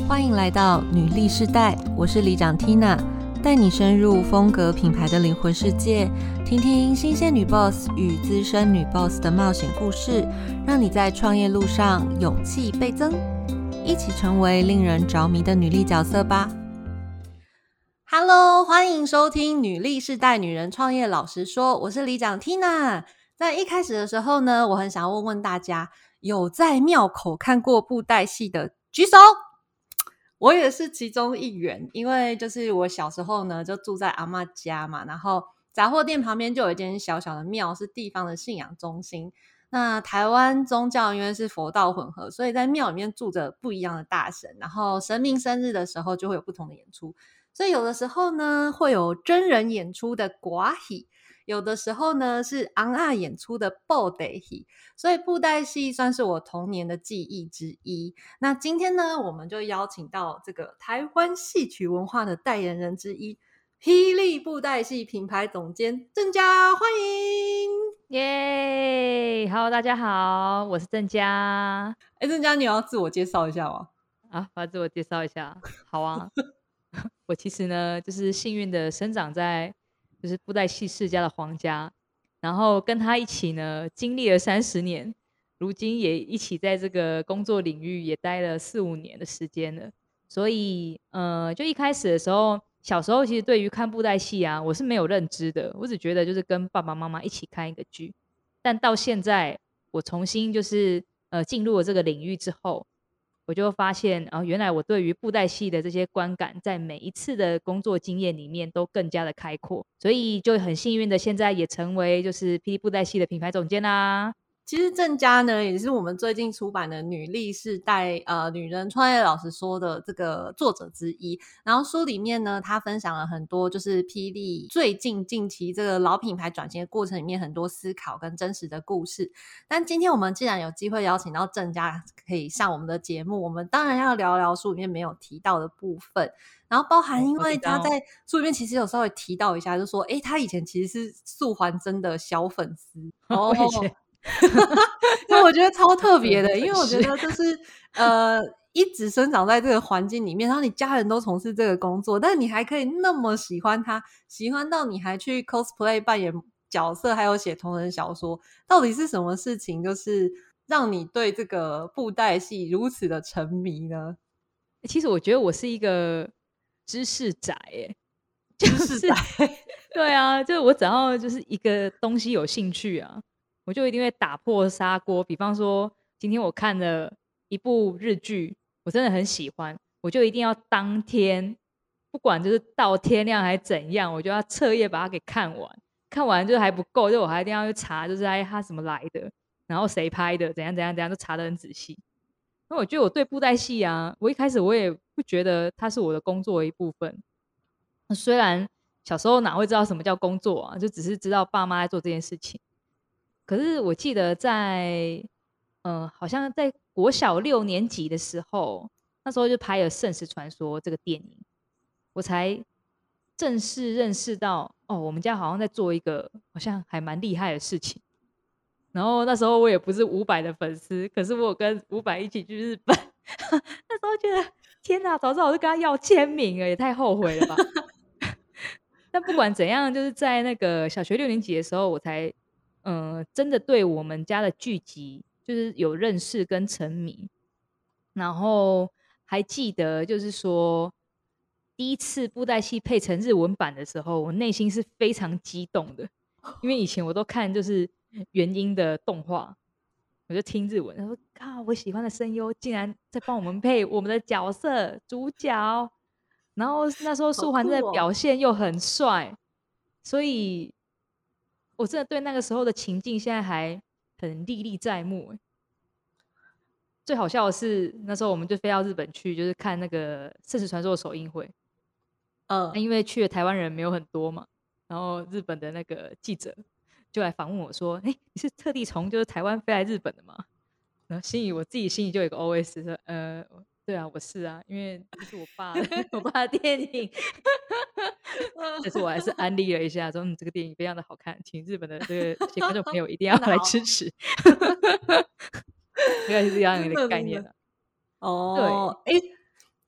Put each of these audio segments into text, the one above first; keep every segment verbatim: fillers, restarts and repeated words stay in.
欢迎来到女力世代，我是里长 Tina， 带你深入风格品牌的灵魂世界，听听新鲜女 boss 与资深女 boss 的冒险故事，让你在创业路上勇气倍增，一起成为令人着迷的女力角色吧。Hello， 欢迎收听女力世代女人创业老实说，我是里长 Tina。在一开始的时候呢，我很想问问大家，有在庙口看过布袋戏的举手。我也是其中一员，因为就是我小时候呢就住在阿嬷家嘛，然后杂货店旁边就有一间小小的庙，是地方的信仰中心。那台湾宗教因为是佛道混合，所以在庙里面住着不一样的大神，然后神明生日的时候就会有不同的演出，所以有的时候呢会有真人演出的歌戏，有的时候呢是昂啊演出的布袋戏，所以布袋戏算是我童年的记忆之一。那今天呢，我们就邀请到这个台湾戏曲文化的代言人之一，霹雳布袋戏品牌总监郑家，欢迎。 耶、yeah! ！Hello， 大家好，我是郑家。 哎，郑家，你要自我介绍一下吗？ 啊，我要自我介绍一下。好啊，我其实呢，就是幸运的生长在就是布袋戏世家的皇家，然后跟他一起呢，经历了三十年，如今也一起在这个工作领域也待了四五年的时间了。所以，呃，就一开始的时候。小时候其实对于看布袋戏啊，我是没有认知的，我只觉得就是跟爸爸妈妈一起看一个剧。但到现在我重新就是呃进入了这个领域之后，我就发现啊、呃，原来我对于布袋戏的这些观感，在每一次的工作经验里面都更加的开阔，所以就很幸运的现在也成为就是霹雳布袋戏的品牌总监啦。 其实郑家呢，也是我们最近出版的女力世代呃女人创业老实说的这个作者之一。然后书里面呢，他分享了很多就是霹雳最近近期这个老品牌转型的过程里面很多思考跟真实的故事。但今天我们既然有机会邀请到郑家可以上我们的节目，我们当然要聊聊书里面没有提到的部分。然后包含因为他在书里面其实有稍微提到一下，就说诶他以前其实是素还真的小粉丝哦。因为我觉得超特别的，因为我觉得就是呃，一直生长在这个环境里面，然后你家人都从事这个工作，但你还可以那么喜欢它，喜欢到你还去 cosplay 扮演角色，还有写同人小说，到底是什么事情就是让你对这个布袋戏如此的沉迷呢？ 其实我觉得我是一个知识宅耶， 知识宅对啊，就是我只要就是一个东西有兴趣啊，我就一定会打破砂锅。比方说，今天我看了一部日剧，我真的很喜欢，我就一定要当天，不管就是到天亮还怎样，我就要彻夜把它给看完。看完就还不够，就我还一定要去查，就是哎它怎么来的，然后谁拍的，怎样怎样怎样，都查得很仔细。那我觉得我对布袋戏啊，我一开始我也不觉得它是我的工作的一部分。虽然小时候哪会知道什么叫工作啊，就只是知道爸妈在做这件事情。可是我记得在，呃，好像在国小六年级的时候，那时候就拍了《圣石传说》这个电影，我才正式认识到，哦，我们家好像在做一个好像还蛮厉害的事情。然后那时候我也不是伍佰的粉丝，可是我有跟伍佰一起去日本，那时候觉得天哪，早知道我就跟他要签名了，也太后悔了吧。但不管怎样，就是在那个小学六年级的时候，我才嗯、呃、真的对我们家的剧集就是有认识跟沉迷。然后还记得就是说第一次布袋戏配成日文版的时候，我内心是非常激动的，因为以前我都看就是原音的动画，我就听日文，然后靠，我喜欢的声优竟然在帮我们配我们的角色主角。然后那时候素还真的表现又很帅，所以我真的对那个时候的情境现在还很历历在目。最好笑的是那时候我们就飞到日本去，就是看那个《圣石传说》的首映会。嗯，因为去的台湾人没有很多嘛，然后日本的那个记者就来访问我说：“哎，你是特地从就是台湾飞来日本的吗？”然后心里我自己心里就有一个 O S 说：“呃。”对啊，我是啊，因为这是我爸的我爸的电影，但是我还是安利了一下，说嗯，这个电影非常的好看，请日本的这个这些观众朋友一定要来支持，大概是这样的概念啊。 哦，哎，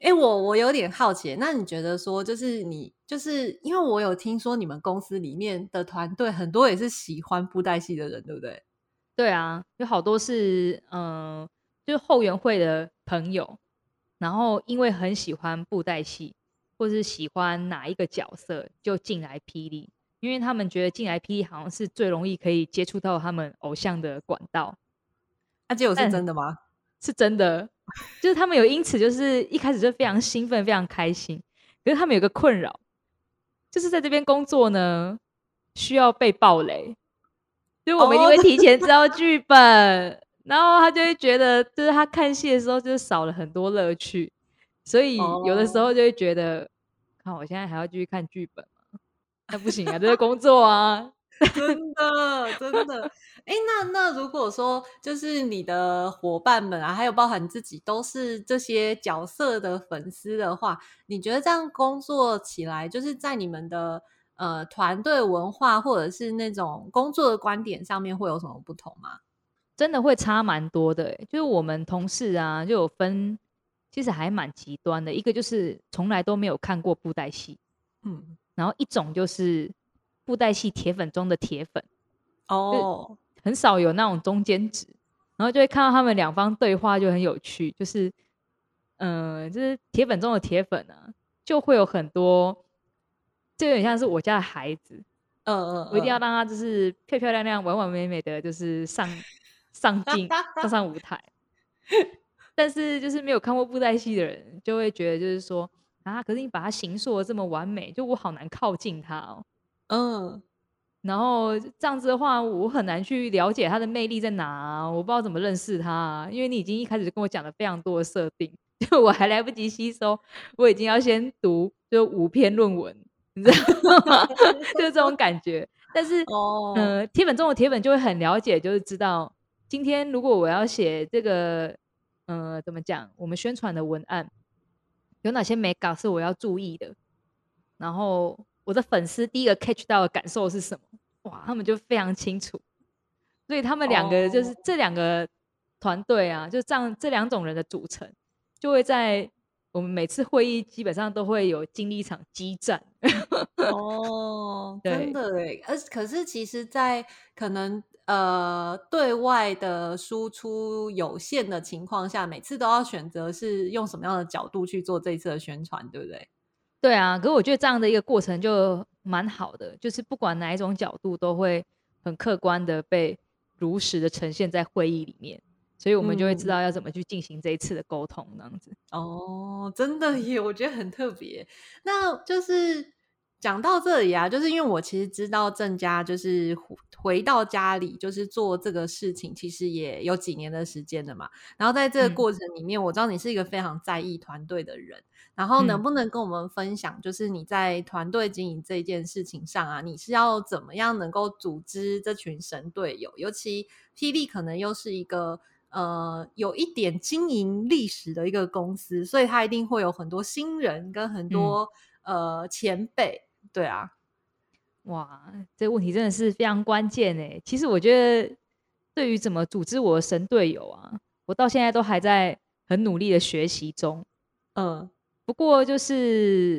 哎，我我有点好奇，那你觉得说，就是你就是因为我有听说你们公司里面的团队很多也是喜欢布袋戏的人，对不对？ 对啊，有好多是嗯、呃就是后援会的朋友，然后因为很喜欢布袋戏，或是喜欢哪一个角色，就进来霹雳，因为他们觉得进来霹雳好像是最容易可以接触到他们偶像的管道。 那、结果是但真的吗？ 是真的，就是他们有因此就是一开始就非常兴奋、非常开心。可是他们有个困扰，就是在这边工作呢，需要被暴雷，就是我们一定哦， 会提前知道剧本，然后他就会觉得，就是他看戏的时候就是少了很多乐趣，所以有的时哦， 候就会觉得，看我现在还要继续看剧本吗？那不行啊，这是工作啊。 真的真的。哎，那那如果说就是你的伙伴们啊，还有包含你自己都是这些角色的粉丝的话，你觉得这样工作起来，就是在你们的呃团队文化或者是那种工作的观点上面会有什么不同吗？ 真的会差蛮多的欸，就是我们同事啊，就有分，其实还蛮极端的。一个就是从来都没有看过布袋戏， 嗯， 然后一种就是布袋戏铁粉中的铁粉，就哦， 很少有那种中间值，然后就会看到他们两方对话就很有趣，就是，嗯、呃就是铁粉中的铁粉啊，就会有很多，就有点像是我家的孩子， 嗯嗯我一定要嗯， 让他就是漂漂亮亮、完完美美的，就是上上镜、上上舞台。但是就是没有看过布袋戏的人，就会觉得就是说啊，可是你把他形塑的这么完美，就我好难靠近他哦。 嗯， 然后这样子的话，我很难去了解他的魅力在哪啊，我不知道怎么认识他啊，因为你已经一开始就跟我讲了非常多的设定，就我还来不及吸收，我已经要先读就五篇论文，你知道吗？就是这种感觉。但是， 哦， 呃，铁粉中的铁粉就会很了解，就是知道今天如果我要写这个，呃，怎么讲，我们宣传的文案有哪些美感是我要注意的，然后我的粉丝第一个 catch 到的感受是什么？哇，他们就非常清楚，所以他们两个就是哦， 这两个团队啊，就这样这两种人的组成，就会在我们每次会议基本上都会有经历一场激战。 哦，真对， 的诶，而可是其实在可能，呃，对外的输出有限的情况下，每次都要选择是用什么样的角度去做这一次的宣传，对不对？ 对啊，可是我觉得这样的一个过程就蛮好的，就是不管哪一种角度都会很客观的被如实的呈现在会议里面，所以我们就会知嗯。 道要怎么去进行这一次的沟通，这样子。 哦，真的耶，我觉得很特别。那就是讲到这里啊，就是因为我其实知道郑家就是回回到家里就是做这个事情，其实也有几年的时间了嘛。然后在这个嗯过程里面，我知道你是一个非常在意团队的人。然后能嗯。 不能跟我们分享，就是你在团队经营这件事情上啊，你是要怎么样能够组织这群神队友？尤其霹雳可能又是一个呃有一点经营历史的一个公司，所以它一定会有很多新人跟很嗯， 多呃前辈，对啊， 哇，这个问题真的是非常关键诶。其实我觉得，对于怎么组织我的神队友啊，我到现在都还在很努力的学习中。 嗯不过就是，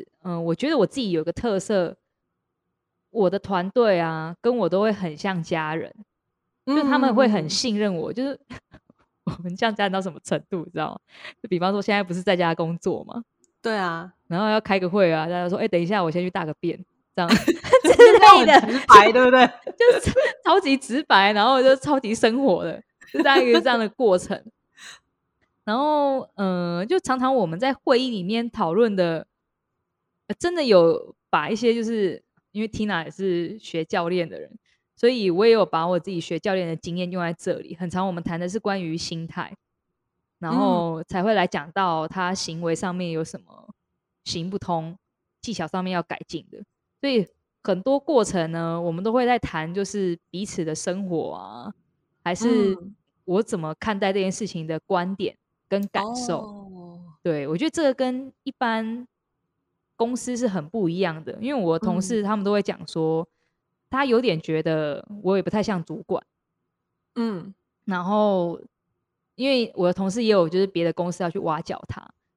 嗯、我觉得我自己有个特色，我的团队啊，跟我都会很像家人，就他们会很嗯嗯嗯， 信任我，就是我们像家人到什么程度，你知道吗？就比方说现在不是在家工作嘛， 对啊， 然后要开个会啊，大家说，哎、等一下，我先去大个便，这样之这样类的， 很直白，对不对？ 就是超级直白，然后就超级生活的，就大概一个这样的过程。然后，嗯、呃就常常我们在会议里面讨论的，呃真的有把一些就是因为 Tina 也是学教练的人，所以我也有把我自己学教练的经验用在这里。很常我们谈的是关于心态，然嗯后才会来讲到他行为上面有什么行不通，技巧上面要改进的。所以很多过程呢，我们都会在谈就是彼此的生活啊，还是嗯， 我怎么看待这件事情的观点跟感受。 哦， 对，我觉得这个跟一般公司是很不一样的，因为我的同嗯事他们都会讲说，他有点觉得我也不太像主管， 嗯然后因为我的同事也有就是别的公司要去挖角他，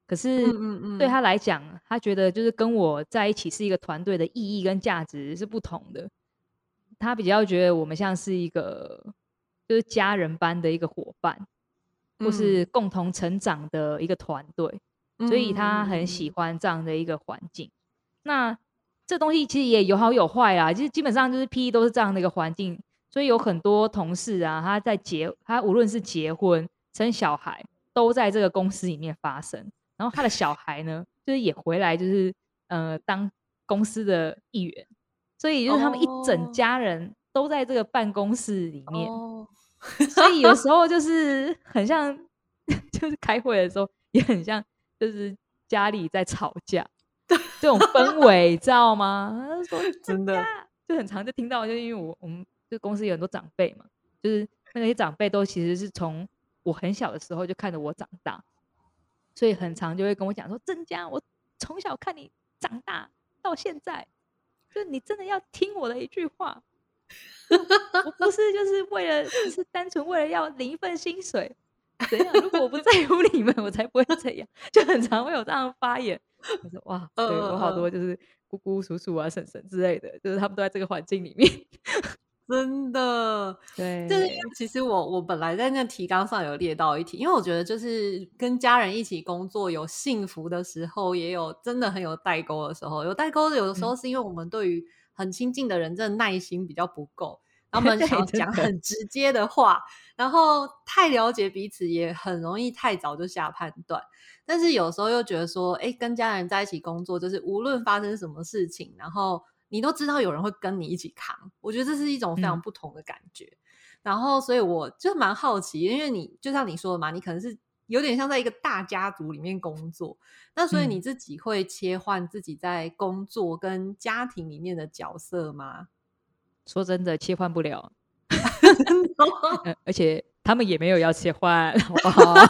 可嗯是对嗯嗯， 他来讲，他觉得就是跟我在一起是一个团队的意义跟价值是不同的。他比较觉得我们像是一个就是家人般的一个伙伴，或是嗯共同成长的一个团队，所以嗯嗯他很喜嗯嗯， 欢这样的一个环境。那这东西其实也有好有坏啊，其实基本上就是 P E 都是这样的一个环境，所以有很多同事啊，他在结他无论是结婚、生小孩，都在这个公司里面发生。然后他的小孩呢，就是也回来，就是呃当公司的一员，所以就是他们一整哦家人都在这个办公室里面。 哦， 所以有时候就是很像，就是开会的时候也很像，就是家里在吵架这种氛围，知道吗？他就说真真的， 家就很常就听到，就因为我我们这公司有很多长辈嘛，就是那些长辈都其实是从我很小的时候就看着我长大，所以很常就会跟我讲说，郑家，我从小看你长大到现在，就你真的要听我的一句话，就我不是就是为了只是单纯为了要领一份薪水，怎样？如果我不在乎你们，我才不会这样。就很常会有这样的发言。我说哇， 嗯对我好嗯嗯。 多就是姑姑、叔叔啊、婶婶之类的，就是他们都在这个环境里面。 真的，就是因为对， 其实我我本来在那提纲上有列到一题，因为我觉得就是跟家人一起工作有幸福的时候，也有真的很有代沟的时候。有代沟的有的时嗯， 候是因为我们对于很亲近的人，真的耐心比较不够，然后我们想对， 要讲真的， 很直接的话，然后太了解彼此，也很容易太早就下判断。但是有时候又觉得说，哎，跟家人在一起工作，就是无论发生什么事情，然后你都知道有人会跟你一起扛，我觉得这是一种非常嗯不同的感觉。然后，所以我就蛮好奇，因为你就像你说的嘛，你可能是有点像在一个大家族里面工作，那所以你嗯， 自己会切换自己在工作跟家庭里面的角色吗？ 说真的，切换不了， 真的吗？ 呃，而且他们也没有要切换，好不好？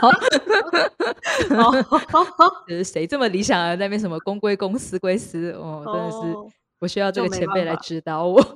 哦就是谁这么理想啊？在那边什么公归公，私归私，哦，真的是哦， 不需要这就个前辈来没办法。 指导我。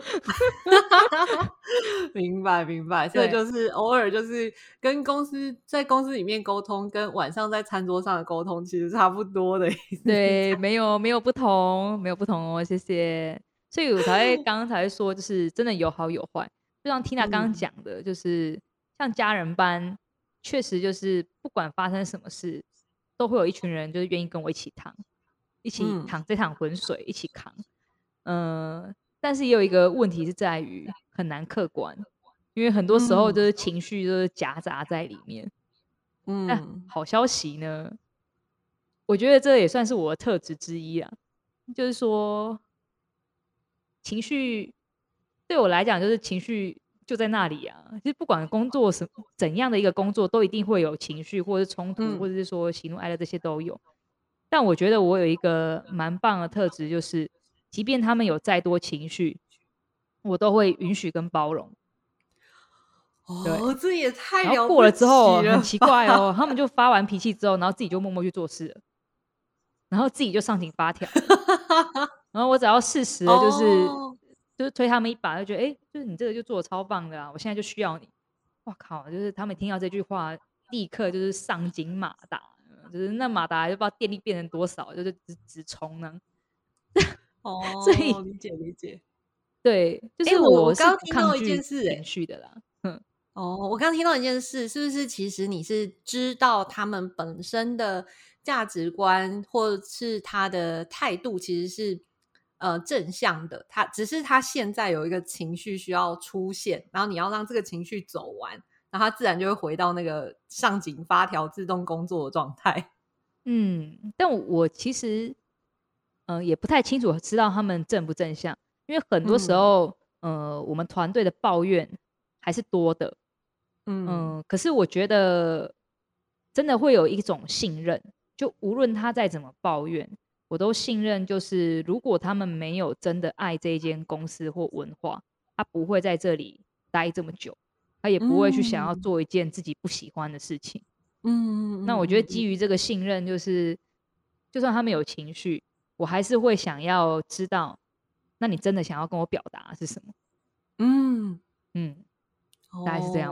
明白明白，所以对就是偶尔就是跟公司在公司里面沟通，跟晚上在餐桌上的沟通其实差不多的意思是这对， 样。 没有没有不同，没有不同哦，谢谢。所以我才会刚刚才会说，就是真的有好有坏。就像 Tina 刚刚嗯讲的，就是像家人班，确实就是不管发生什么事，都会有一群人就是愿意跟我一起扛，一起嗯淌这趟浑水，一起扛。嗯、但是也有一个问题是在于很难客观，因为很多时候嗯就是情绪就是夹杂在里面。那嗯好消息呢，我觉得这也算是我的特质之一啊，就是说情绪对我来讲，就是情绪就在那里啊。其实不管工作什怎样的一个工作，都一定会有情绪，或者是冲突，或嗯者是说喜怒哀乐这些都有。但我觉得我有一个蛮棒的特质，就是即便他们有再多情绪，我都会允许跟包容。 哦， 对， 这也太然后了不过了之后很奇起了吧！ 怪哦，他们就发完脾气之后，然后自己就默默去做事了，然后自己就上紧发条了。然后我只要适时的，就是哦， 就是推他们一把，就觉得哎，诶就是你这个就做的超棒的啊！我现在就需要你。哇靠！就是他们听到这句话，立刻就是上紧马达，呃就是那马达就不知道电力变成多少，就是直直冲呢。所哦， 以理解理解。 对，就哎， 是我我我是不刚刚听到一件抗拒事哎， 情绪的啦。嗯哦，我刚刚听到一件事，是不是其实你是知道他们本身的价值观，或者是他的态度其实是呃正向的，他只是他现在有一个情绪需要出现，然后你要让这个情绪走完，然后他自然就会回到那个上紧发条自动工作的状态。 嗯，但我其实呃也不太清楚知道他们正不正向，因为很多时嗯候呃我们团队的抱怨还是多的。 嗯嗯，可是我觉得真的会有一种信任，就无论他再怎么抱怨，我都信任，就是如果他们没有真的爱这一间公司或文化，他不会在这里待这么久，他也不会去想要嗯做一件自己不喜欢的事情。 嗯嗯那我觉得嗯嗯基于这个信任，就是就算他们有情绪，我还是会想要知道，那你真的想要跟我表达是什么？ 嗯， 嗯，大概是这样哦。 吧。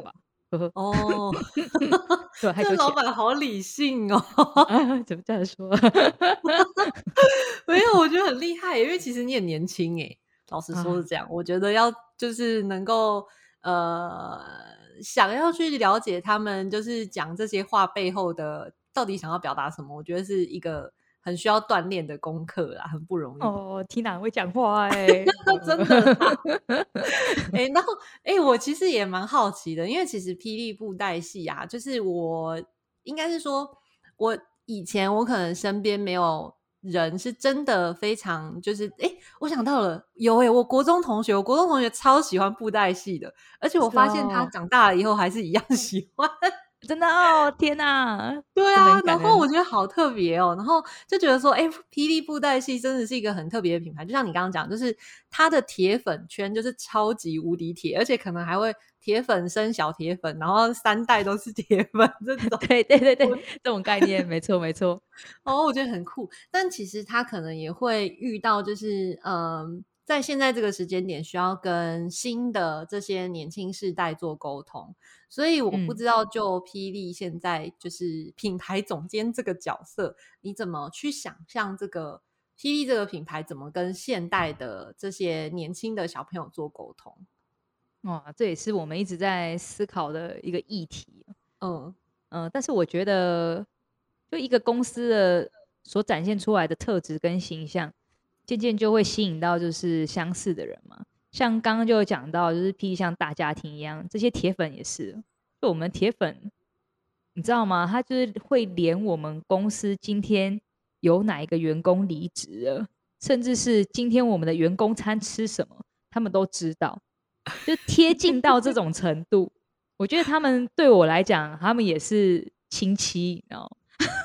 呵呵。 哦， 对，害这羞起来。 老板好理性哦。 啊，怎么这样说？ 没有，我觉得很厉害耶，因为其实你也年轻诶，老实说是啊， 这样。我觉得要就是能够呃，想要去了解他们就是讲这些话背后的到底想要表达什么，我觉得是一个很需要锻炼的功课啦，很不容易。 哦，Tina 很会讲话哎、 真的啦。哎、然后哎、诶我其实也蛮好奇的，因为其实霹雳布袋戏啊，就是我应该是说，我以前我可能身边没有人是真的非常就是哎、诶我想到了，有哎、诶我国中同学，我国中同学超喜欢布袋戏的，而且我是发现他哦， 长大了以后还是一样喜欢。 真的哦，天哪，真的对啊， 很感人。 然后我觉得好特别哦，然后就觉得说，哎，霹雳布袋戏真的是一个很特别的品牌，就像你刚刚讲，就是它的铁粉圈就是超级无敌铁，而且可能还会铁粉生小铁粉，然后三代都是铁粉这种。 对对对对， 我这种概念，没错没错。 哦，我觉得很酷，但其实他可能也会遇到，就是嗯，在现在这个时间点，需要跟新的这些年轻世代做沟通，所以我不嗯。 知道，就霹雳现在就是品牌总监这个角色，你怎么去想象这个霹雳这个品牌怎么跟现代的这些年轻的小朋友做沟通？ 哇，这也是我们一直在思考的一个议题。 嗯嗯，但是我觉得，就一个公司的所展现出来的特质跟形象，渐渐就会吸引到就是相似的人嘛。像刚刚就有讲到，就是譬如像大家庭一样，这些铁粉也是。就我们铁粉，你知道吗？他就是会连我们公司今天有哪一个员工离职了，甚至是今天我们的员工餐吃什么，他们都知道，就贴近到这种程度。我觉得他们对我来讲，他们也是亲戚，你知道吗？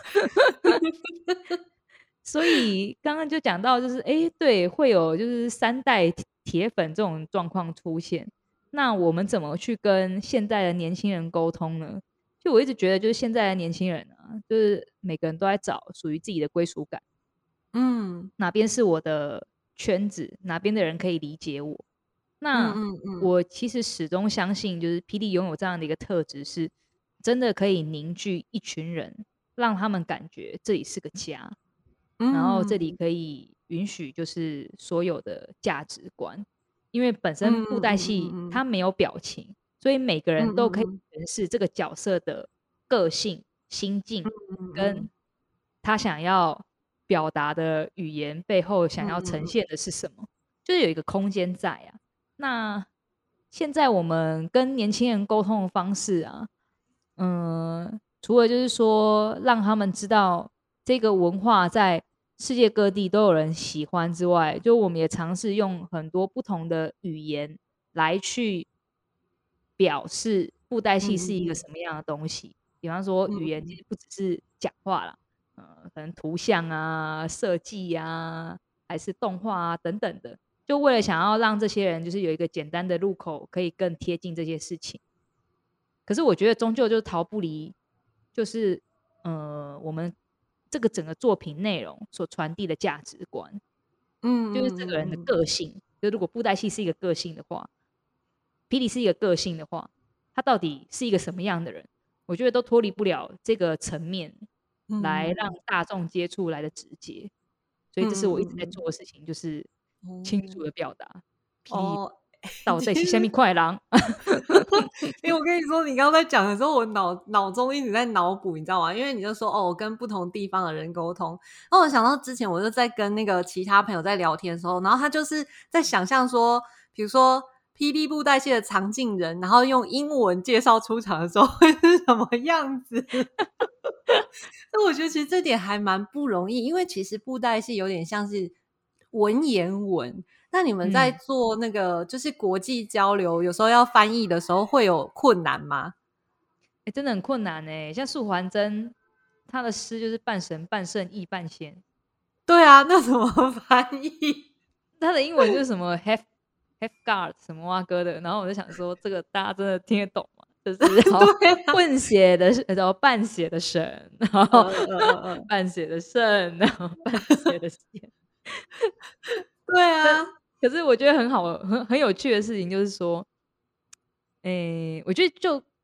所以刚刚就讲到，就是诶，对，会有就是三代铁铁粉这种状况出现。那我们怎么去跟现在的年轻人沟通呢？就我一直觉得，就是现在的年轻人啊，就是每个人都在找属于自己的归属感， 嗯哪边是我的圈子，哪边的人可以理解我。 嗯那嗯嗯我其实始终相信，就是霹雳拥有这样的一个特质，是真的可以凝聚一群人，让他们感觉这里是个家。然后这里嗯可以允许就是所有的价值观，因为本身布袋嗯嗯嗯戏嗯它没有表情，所以每个嗯人都可以嗯诠释这个角色的个性、心境，跟嗯他想要表达的语言背后想要嗯嗯嗯呈现的是什么，就是有一个空间在啊。那现在我们跟年轻人沟通的方式啊，嗯，除了就是说让他们知道这个文化在世界各地都有人喜欢之外，就我们也尝试用很多不同的语言来去表示布袋戏是一个嗯嗯什么样的东西。比方说，语言其实不只是讲话啦，呃，可能图像啊、设计啊，还是动画啊等等的，就为了想要让这些人就是有一个简单的入口，可以更贴近这些事情。可是我觉得终究就是逃不离，就是呃，我们这个整个作品内容所传递的价值观， 嗯就是这个人的嗯嗯嗯个性。就如果布袋戏是一个个性的话，霹雳是一个个性的话，他到底是一个什么样的人？我觉得都脱离不了这个层面，来让嗯大众接触来的直接。所以这是我一直在嗯嗯做的事情，就是清楚嗯， 的表达霹雳哦哦， 到底是其实虾米快郎。 因为我跟你说，你刚刚在讲的时候，我脑脑中一直在脑补，你知道吗？因为你就说哦，我跟不同地方的人沟通，然后我想到之前我就在跟那个其他朋友在聊天的时候，然后他就是在想象说，比如说霹雳布袋戏的常进人，然后用英文介绍出场的时候会是什么样子？那我觉得其实这点还蛮不容易，因为其实布袋戏有点像是文言文。那你们在嗯， 做那个就是国际交流，有时候要翻译的时候会有困难吗？ 哎、真的很困难哎。像素还真，他的诗就是半神半圣亦半仙， 对啊，那怎么翻译？ 他的英文就是什么 half half god 什么哇哥的，然后我就想说，这个大家真的听得懂吗？就是好对啊， 混血的，然后半血的神，然后呃呃呃呃， 半血的圣，然后半血的仙。 对但啊， 可是我觉得很好，很很有趣的事情就是说，诶，我觉得就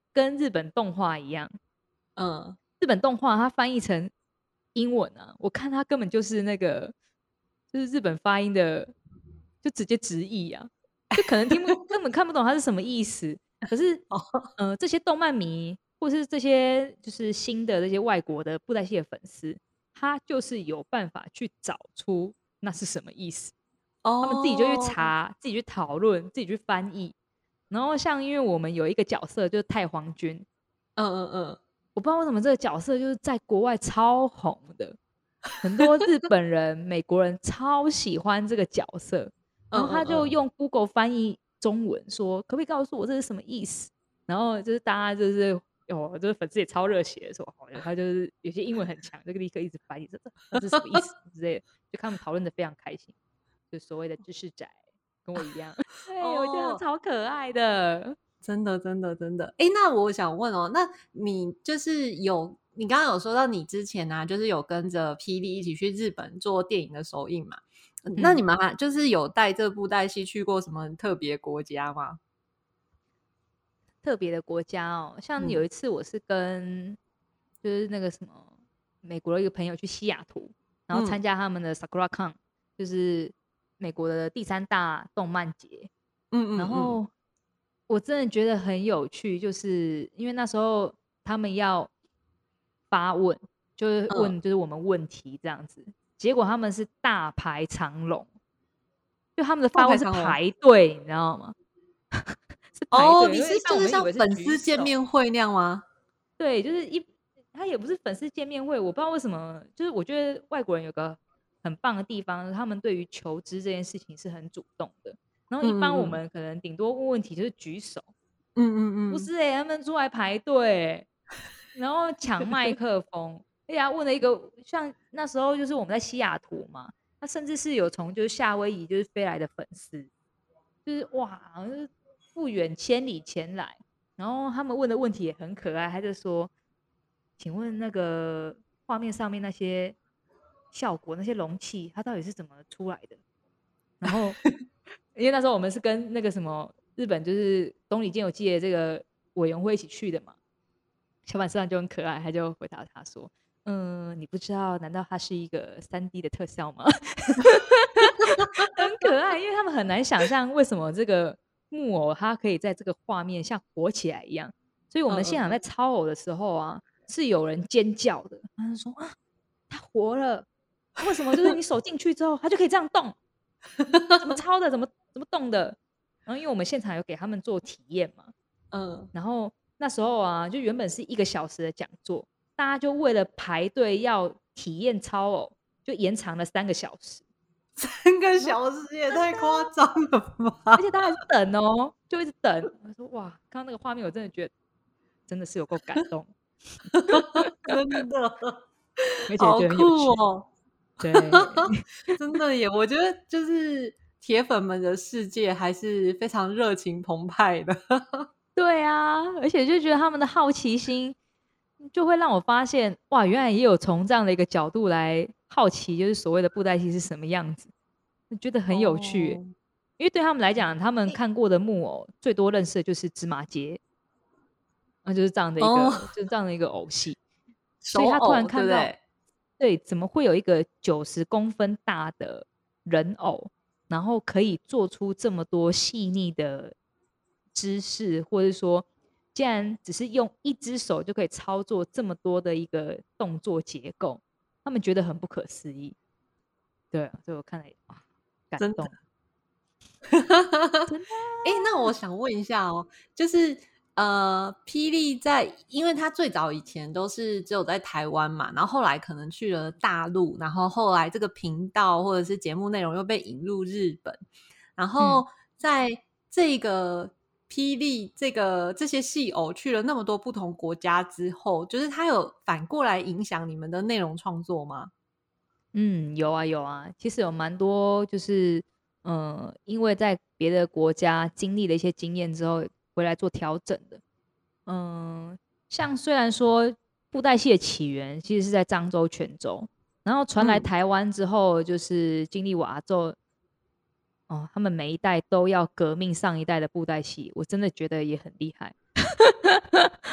跟日本动画一样， 嗯， 日本动画它翻译成英文啊，我看它根本就是那个就是日本发音的，就直接直译啊，就可能听不根本看不懂它是什么意思。可是， 哦， 呃，这些动漫迷或是这些就是新的这些外国的布袋戏的粉丝，他就是有办法去找出那是什么意思。他们自己就去哦， 查，自己去讨论，自己去翻译。然后像因为我们有一个角色就是太皇君， 嗯嗯嗯， 我不知道为什么这个角色就是在国外超红的，很多日本人、美国人超喜欢这个角色。然嗯后他嗯嗯， 就用 Google 翻译中文说，可不可以告诉我这是什么意思？然后就是大家就是哦，就是粉丝也超热血的说，哦，他就是有些英文很强，就立刻一直翻译，这这那是什么意思之类的，就他们讨论的非常开心，就所谓的知识宅，跟我一样。对，我觉得他们哦， 超可爱的。 真的真的真的。诶，那我想问哦，那你就是有你刚刚有说到你之前啊，就是有跟着霹雳一起去日本做电影的首映嘛？嗯那你嗯们还就是有带这部带戏去过什么很特别国家吗？ 特别的国家哦，像有嗯一次我是跟就是那个什么美国的一个朋友去西雅图，然后参嗯加他们的 SakuraCon，就是美国的第三大动漫节。 嗯嗯嗯然后我真的觉得很有趣，就是因为那时候他们要发问，就是嗯， 问就是我们问题这样子，结果他们是大排长龙，就他们的大发问是排长龙。 排队，你知道吗？是排哦， 队，因为一般你是就是我们以为是像粉丝见举手。 面会那样吗？ 对，就是一他也不是粉丝见面会，我不知道为什么，就是我觉得外国人有个很棒的地方，他们对于求知这件事情是很主动的。然后一般我嗯嗯们可能顶多问问题就是举手， 嗯嗯嗯不是哎、欸他们出来排队欸、然后抢麦克风。哎呀，问了一个像那时候就是我们在西雅图嘛，他甚至是有从就是夏威夷就是飞来的粉丝，就是哇，就是不远千里前来。然后他们问的问题也很可爱，他就说：“请问那个画面上面那些效果、那些容器，它到底是怎么出来的？”然后，因为那时候我们是跟那个什么日本就是东里健有记的这个委员会一起去的嘛，小板社长就很可爱，他就回答他说：“嗯，你不知道，难道它是一个三 D 的特效吗？”很可爱，因为他们很难想象为什么这个木偶它可以在这个画面像活起来一样。所以我们现场在嗯嗯嗯， 操偶的时候啊，是有人尖叫的，他就说啊，它活了，为什么？就是你手进去之后，它就可以这样动，怎么操的？怎么怎么动的？然后因为我们现场有给他们做体验嘛， 嗯， 然后那时候啊，就原本是一个小时的讲座，大家就为了排队要体验操偶，就延长了三个小时。 三个然后小时也真的， 太夸张了而且吧？ 大家还是等哦，就一直等。我说哇，刚刚那个画面我真的觉得真的是有够感动， 真的， 而且好酷觉得很有趣。 哦！ 对， 真的耶，我觉得就是铁粉们的世界还是非常热情澎湃的。 对啊，而且就觉得他们的好奇心就会让我发现，哇，原来也有从这样的一个角度来好奇，就是所谓的布袋戏是什么样子，我觉得很有趣耶。 哦， 因为对他们来讲，他们诶， 看过的木偶最多认识的就是芝麻街，那就是这样的一哦， 个就是这样的一个偶戏。所以他突然手偶对看到， 不对？ 对，怎么会有一个九十公分大的人偶，然后可以做出这么多细腻的姿势，或者说，竟然只是用一只手就可以操作这么多的一个动作结构，他们觉得很不可思议。对啊，所以我看了哇，感真的。 动，真的哎，那我想问一下哦，就是呃，霹雳在，因为它最早以前都是只有在台湾嘛，然后后来可能去了大陆，然后后来这个频道或者是节目内容又被引入日本，然嗯。 后在这个霹雳这个这些戏偶去了那么多不同国家之后，就是它有反过来影响你们的内容创作吗？ 嗯，有啊有啊，其实有蛮多就是，呃，因为在别的国家经历了一些经验之后，回来做调整的。嗯，像虽然说布袋戏的起源其实是在漳州、泉州，然后传来嗯， 台湾之后，就是经历我阿昼哦，他们每一代都要革命上一代的布袋戏，我真的觉得也很厉害。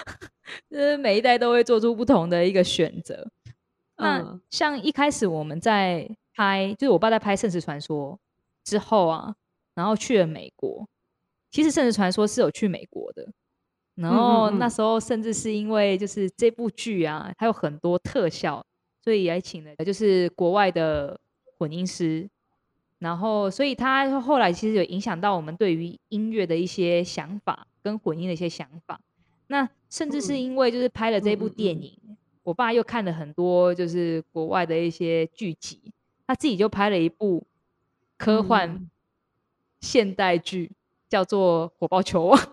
就是每一代都会做出不同的一个选择。那嗯像一开始我们在拍，就是我爸在拍《圣石传说》之后啊，然后去了美国。其实《圣石传说》是有去美国的，然嗯后嗯嗯， 那时候甚至是因为就是这部剧啊，它有很多特效，所以也请了就是国外的混音师，然后所以他后来其实有影响到我们对于音乐的一些想法跟混音的一些想法。那甚至是嗯因为就是拍了嗯这部嗯嗯电影，我爸又看了很多就是国外的一些剧集，他自己就拍了一部科幻嗯， 现代剧，叫做《火爆球王》。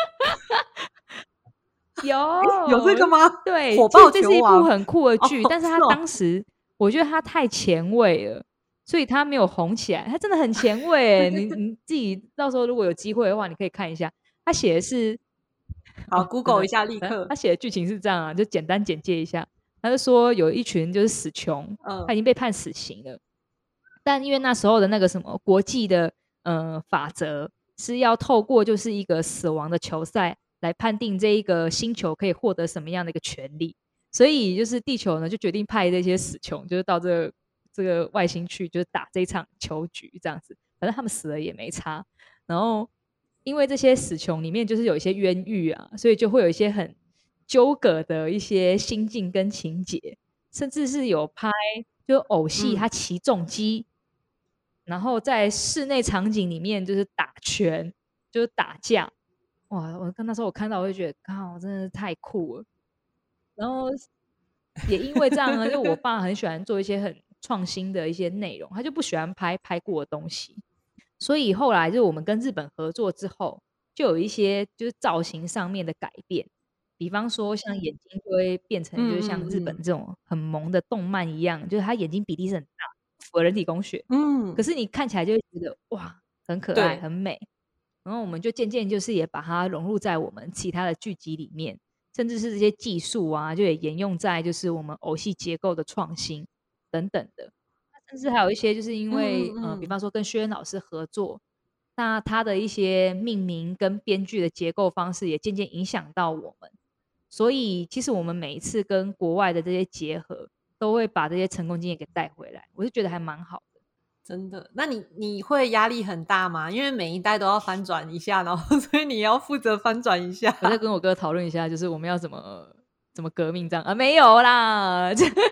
有这个有， 吗？ 对， 火爆其实这是一部球王很酷的剧， 哦， 但是他是哦， 当时我觉得他太前卫了，所以他没有红起来。他真的很前卫欸，你你自己到时候如果有机会的话，你可以看一下。他写的是好哦，真 ，Google 一的， 下，立他他刻， 写的剧情是这样啊，就简单简介一下。他就说有一群就是死囚，他嗯已经被判死刑了，但因为那时候的那个什么国际的呃法则是要透过就是一个死亡的球赛来判定这一个星球可以获得什么样的一个权利，所以就是地球呢就决定派这些死囚就是到这个这个外星去，就是打这一场球局这样子，反正他们死了也没差。然后因为这些死囚里面就是有一些冤狱啊，所以就会有一些很纠葛的一些心境跟情节，甚至是有拍就偶戏， 嗯， 他骑重机，然后在室内场景里面就是打拳，就是打架。哇！我那时候我看到我就觉得，靠，真的是太酷了。然后也因为这样呢，就我爸很喜欢做一些很创新的一些内容，他就不喜欢拍拍过的东西。所以后来就我们跟日本合作之后，就有一些就是造型上面的改变，比方说像眼睛就会变成就是像日本嗯嗯这种很萌的动漫一样，就是他眼睛比例是很大，符合人体工学。 嗯嗯， 可是你看起来就会觉得哇，很可爱， 对， 很美。然后我们就渐渐就是也把它融入在我们其他的剧集里面，甚至是这些技术啊，就也沿用在就是我们偶戏结构的创新等等的。甚至还有一些就是因嗯为呃，比嗯嗯， 方说跟薛恩老师合作，那他的一些命名跟编剧的结构方式也渐渐影响到我们。所以其实我们每一次跟国外的这些结合，都会把这些成功经验给带回来，我就觉得还蛮好的。 真的。那你你会压力很大吗？因为每一代都要翻转一下，然后所以你要负责翻转一下。 我再跟我哥讨论一下，就是我们要怎么怎么革命这样啊？没有啦，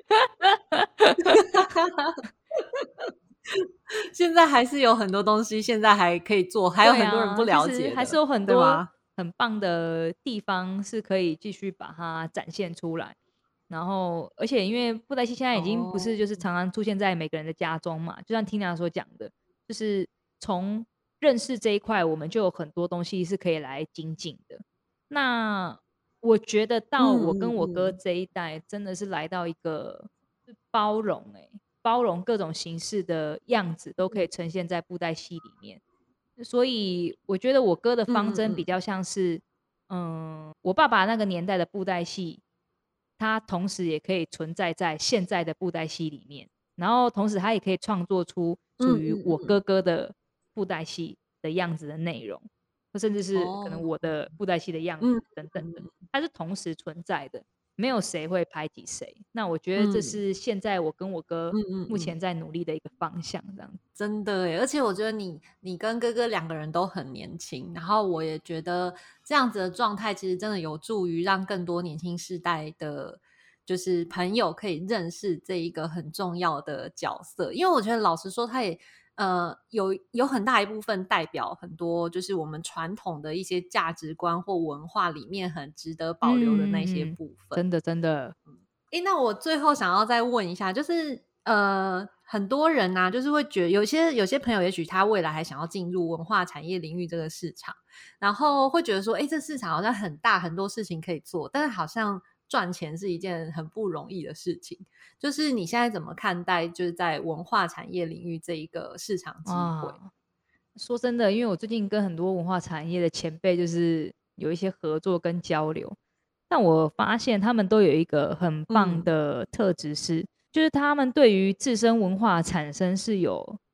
现在还是有很多东西，现在还可以做，还有很多人不对啊，其了解的， 实还是有很多对吗？ 很棒的地方是可以继续把它展现出来。然后，而且因为布袋戏现在已经不是哦， 就是常常出现在每个人的家中嘛，就像 Tina 所讲的，就是从认识这一块，我们就有很多东西是可以来精进的。那我觉得到嗯我跟我哥嗯嗯， 这一代，真的是来到一个是包容、欸，包容各种形式的样子都可以呈现在布袋戏里面。所以我觉得我哥的方嗯嗯嗯， 针比较像是，嗯，我爸爸那个年代的布袋戏，它同时也可以存在在现在的布袋戏里面，然后同时他也可以创作出属嗯于我哥嗯嗯， 哥的布袋戏的样子的内容，或甚至是可能哦， 我的布袋戏的样子嗯等等的， 嗯它是同时存在的。没有谁会排挤谁。那我觉得这嗯是现在我跟我哥嗯嗯目前嗯， 在努力的一个方向，这样子。 真的耶，而且我觉得你你跟哥哥两个人都很年轻，然后我也觉得这样子的状态其实真的有助于让更多年轻世代的，就是朋友可以认识这一个很重要的角色。因为我觉得老实说，他也呃有有很大一部分代表很多就是我们传统的一些价值观或文化里面很值得保留的那些嗯嗯嗯， 部分。 真的真的。 诶，那我最后想要再问一下，就是呃，很多人呐、就是会觉得有些有些朋友，也许他未来还想要进入文化产业领域这个市场，然后会觉得说，诶，这市场好像很大，很多事情可以做，但是好像赚钱是一件很不容易的事情。就是你现在怎么看待，就是在文化产业领域这一个市场机会？ 哇，说真的，因为我最近跟很多文化产业的前辈就是有一些合作跟交流，但我发现他们都有一个很棒嗯的特质是，就是他们对于自身文化产生是有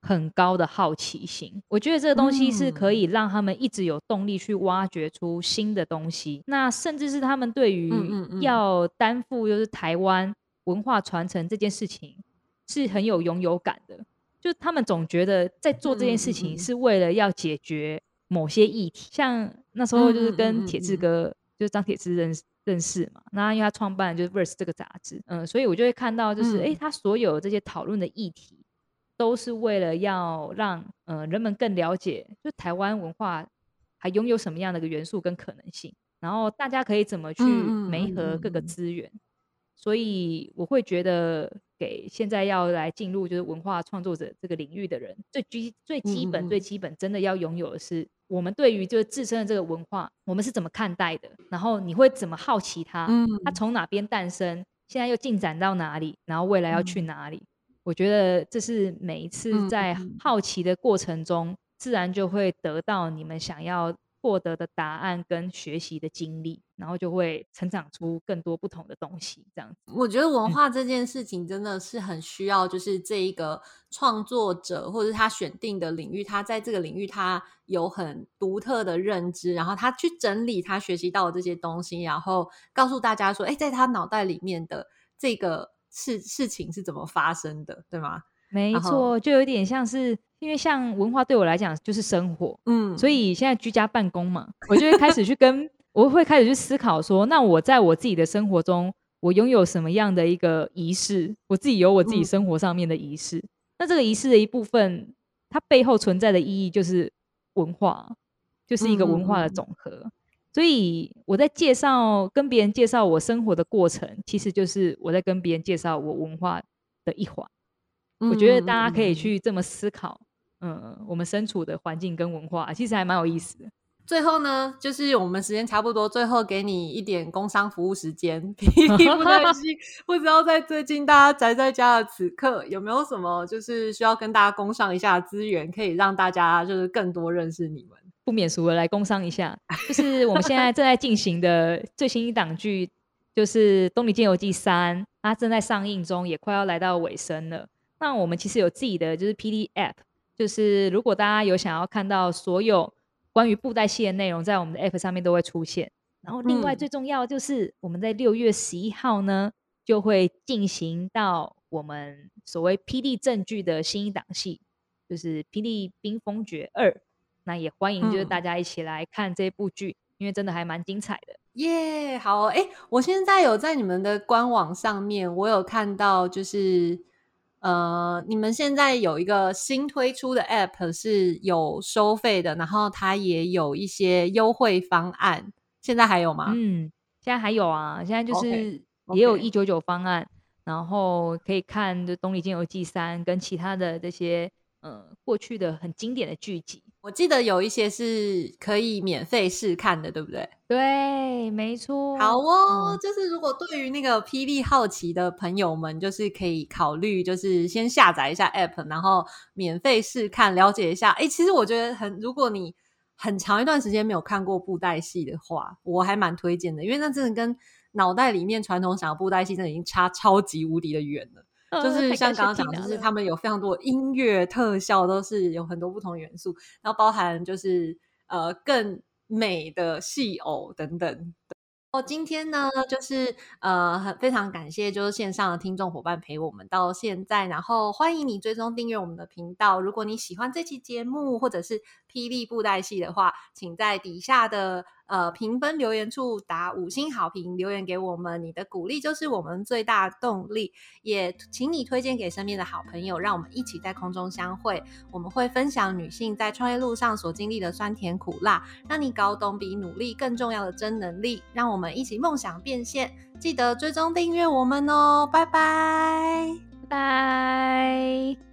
很高的好奇心。我觉得这个东西是可嗯以让他们一直有动力去挖掘出新的东西，那甚至是他们对嗯于嗯嗯要担负就是台湾文化传承这件事情是很有拥有感的。就他们总觉得在做这件嗯事情嗯是为了要解决某些议题，像那时候就是嗯嗯跟铁志嗯嗯哥，就是张铁志认识认识嘛，那因为他创办就是 Verse 这个杂志，嗯，所以我就会看到就是诶， 嗯他所有这些讨论的议题，都是为了要让呃人们更了解，就台湾文化还拥有什么样的一个元素跟可能性，然后大家可以怎么去嗯嗯媒合各个嗯资源。所以我会觉得，给现在要来进入就是文化创作者这个领域的人，最基最基本最嗯基本，真的要拥有的是，我们对于就是自身的这个文化，我们是怎么看待的，然后你会怎么好奇它， 嗯它从哪边诞生，现在又进展到哪里，然后未来要去嗯哪里。我觉得这是每一次嗯在嗯好奇的过程中，自然就会得到你们想要获得的答案跟学习的经历，然后就会成长出更多不同的东西，这样子。 我觉得文嗯化这件事情真的是很需要，就是这一个创作者或者是他选定的领域，他在这个领域他有很独特的认知，然后他去整理他学习到的这些东西，然后告诉大家说，哎，在他脑袋里面的这个事事情是怎么发生的，对吗？然后， 没错，就有点像是因为像文化对我来讲就是生活，所嗯以现在居家办公嘛，我就会开始去跟我会开始去思考说，那我在我自己的生活中，我拥有什么样的一个仪式？我自己有我自己嗯生活上面的仪式。那这个仪式的一部分，它背后存在的意义就是文化，就是一嗯个文化的嗯嗯总和。所以我在介绍跟别人介绍我生活的过程，其实就是我在跟别人介绍我文化的一环。我觉得嗯嗯大家可以嗯。 去这么思考，嗯，我们身处的环境跟文化，其实还蛮有意思的。 最后呢，就是我们时间差不多，最后给你一点工商服务时间。霹雳布袋戏，不知道在最近大家宅在家的此刻，有没有什么就是需要跟大家工商一下的资源，可以让大家就是更多认识你们？ 不免俗的来工商一下，就是我们现在正在进行的最新一档剧，就是《东离剑游记三》，它正在上映中，也快要来到尾声了。那我们其实有自己的就是 P D App，就是如果大家有想要看到所有关于布袋戏的内容，在我们的 App 上面都会出现。然后另外嗯最重要就是我们在六月十一号呢，就会进行到我们所谓霹雳正剧的新一档戏，就是《霹雳冰封诀二》。那也欢迎就是嗯， 大家一起来看这部剧，因为真的还蛮精彩的。 耶、好哦，哎，我现在有在你们的官网上面，我有看到就是呃，你们现在有一个新推出的 App 是有收费的，然后它也有一些优惠方案，现在还有吗嗯，现在还有啊，现在就 ？OK 是也有 OK， 一九九方案，然后可以看就《东离剑游记三》跟其他的这些呃过去的很经典的剧集。 我记得有一些是可以免费试看的，对不对？ 对，没好错， 哦， 嗯， 就是如果对于那个霹雳好奇的朋友们，就是可以考虑，就是先下载一下 App，然后免费试看，了解一下。哎，其实我觉得很，如果你很长一段时间没有看过布袋戏的话，我还蛮推荐的，因为那真的跟脑袋里面传统想的布袋戏真的已经差超级无敌的远了。就呃， 是太感谢像刚刚讲的， 缇娜了。 就是他们有非常多的音乐特效，都是有很多不同元素，然后包含就是呃更美的戏偶等等。哦，今天呢，就是呃，很非常感谢，就是线上的听众伙伴陪我们到现在，然后欢迎你追踪订阅我们的频道。如果你喜欢这期节目或者是霹雳布袋戏的话，请在底下的呃评分留言处打五星好评，留言给我们，你的鼓励就是我们最大的动力。也请你推荐给身边的好朋友，让我们一起在空中相会。我们会分享女性在创业路上所经历的酸甜苦辣，让你搞懂比努力更重要的真能力，让我们一起梦想变现。记得追踪订阅我们哦，拜拜。 拜拜。